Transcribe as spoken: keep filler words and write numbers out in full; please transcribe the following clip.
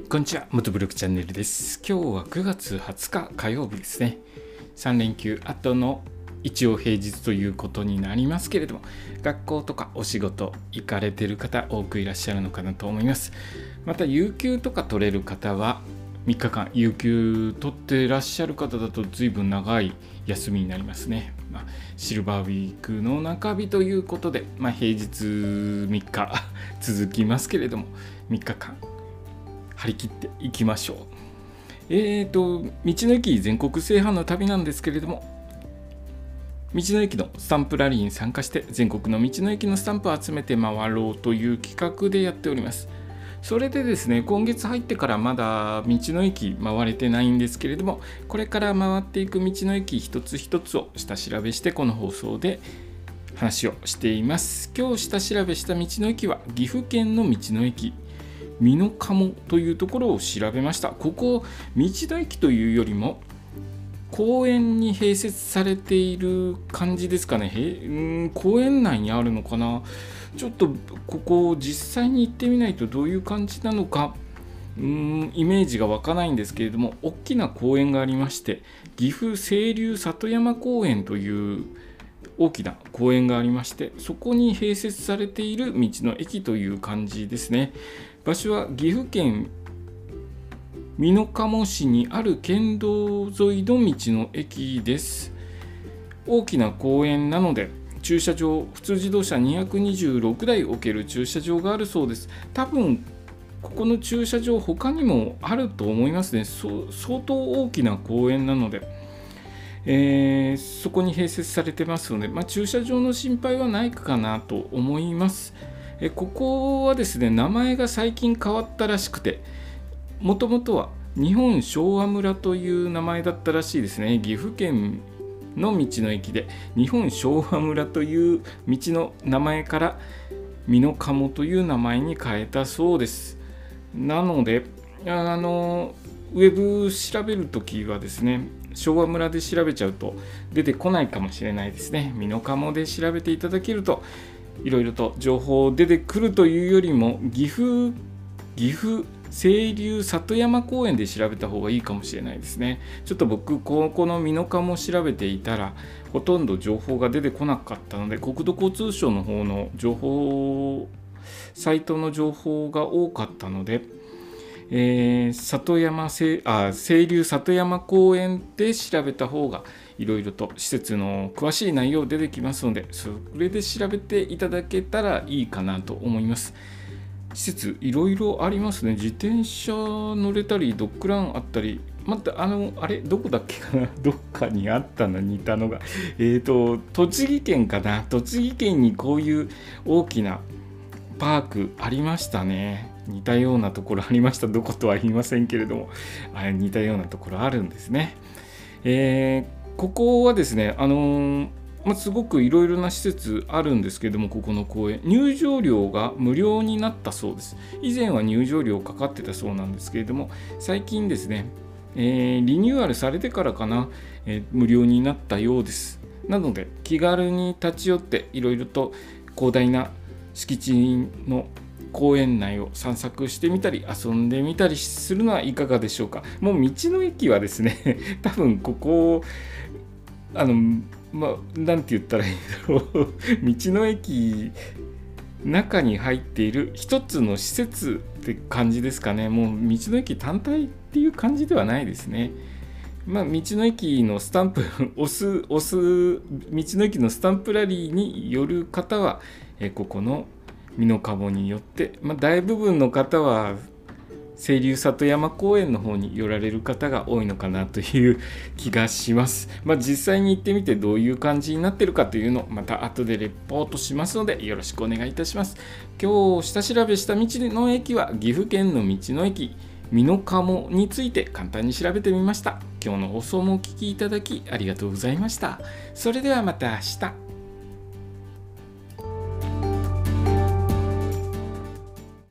こんにちは、元ブログチャンネルです。今日はくがつはつか火曜日ですね。さん連休後の一応平日ということになりますけれども、学校とかお仕事行かれている方多くいらっしゃるのかなと思います。また有給とか取れる方はみっかかん有給取っていらっしゃる方だと随分長い休みになりますね。まあ、シルバーウィークの中日ということで、まあ、平日みっか続きますけれども、みっかかん張り切っていきましょう。えーと、道の駅全国制覇の旅なんですけれども、道の駅のスタンプラリーに参加して全国の道の駅のスタンプを集めて回ろうという企画でやっております。それでですね、今月入ってからまだ道の駅回れてないんですけれども、これから回っていく道の駅一つ一つを下調べしてこの放送で話をしています。今日下調べした道の駅は岐阜県の道の駅美濃加茂というところを調べました。ここ道の駅というよりも公園に併設されている感じですかね。へうん公園内にあるのかな。ちょっとここ実際に行ってみないとどういう感じなのかうーんイメージが湧かないんですけれども、大きな公園がありまして、岐阜清流里山公園という大きな公園がありまして、そこに併設されている道の駅という感じですね。場所は岐阜県美濃加茂市にある県道沿いの道の駅です。大きな公園なので駐車場、普通自動車にひゃくにじゅうろくだい置ける駐車場があるそうです。多分ここの駐車場他にもあると思いますね。そ相当大きな公園なので、えー、そこに併設されてますので、まあ、駐車場の心配はないかなと思います。えここはですね、名前が最近変わったらしくて、もともとは日本昭和村という名前だったらしいですね。岐阜県の道の駅で日本昭和村という道の名前から美濃加茂という名前に変えたそうです。なのであのウェブ調べるときはですね、昭和村で調べちゃうと出てこないかもしれないですね。美濃加茂で調べていただけるといろいろと情報出てくるというよりも、岐阜岐阜清流里山公園で調べた方がいいかもしれないですね。ちょっと僕ここの美濃加茂調べていたらほとんど情報が出てこなかったので、国土交通省の方の情報サイトの情報が多かったので、えー、里山あ清流里山公園で調べた方がいろいろと施設の詳しい内容出てきますので、それで調べていただけたらいいかなと思います。施設いろいろありますね。自転車乗れたり、ドッグランあったり、またあのあれどこだっけかな、どっかにあったな、似たのがえっと栃木県かな。栃木県にこういう大きなパークありましたね。似たようなところありました。どことは言いませんけれども、あれ似たようなところあるんですね。えー、ここはですね、あのーまあ、すごくいろいろな施設あるんですけども、ここの公園入場料が無料になったそうです。以前は入場料かかってたそうなんですけれども、最近ですね、えー、リニューアルされてからかな、えー、無料になったようです。なので気軽に立ち寄っていろいろと広大な敷地の公園内を散策してみたり遊んでみたりするのはいかがでしょうか。もう道の駅はですね多分ここあのまあなんて言ったらいいんだろう道の駅中に入っている一つの施設って感じですかね。もう道の駅単体っていう感じではないですね。まあ、道の駅のスタンプ押す押す道の駅のスタンプラリーによる方はえここの美濃加茂によって、まあ、大部分の方は清流里山公園の方に寄られる方が多いのかなという気がします。まあ、実際に行ってみてどういう感じになってるかというのをまた後でレポートしますのでよろしくお願いいたします。今日下調べした道の駅は岐阜県の道の駅美濃加茂について簡単に調べてみました。今日の放送もお聞きいただきありがとうございました。それではまた明日。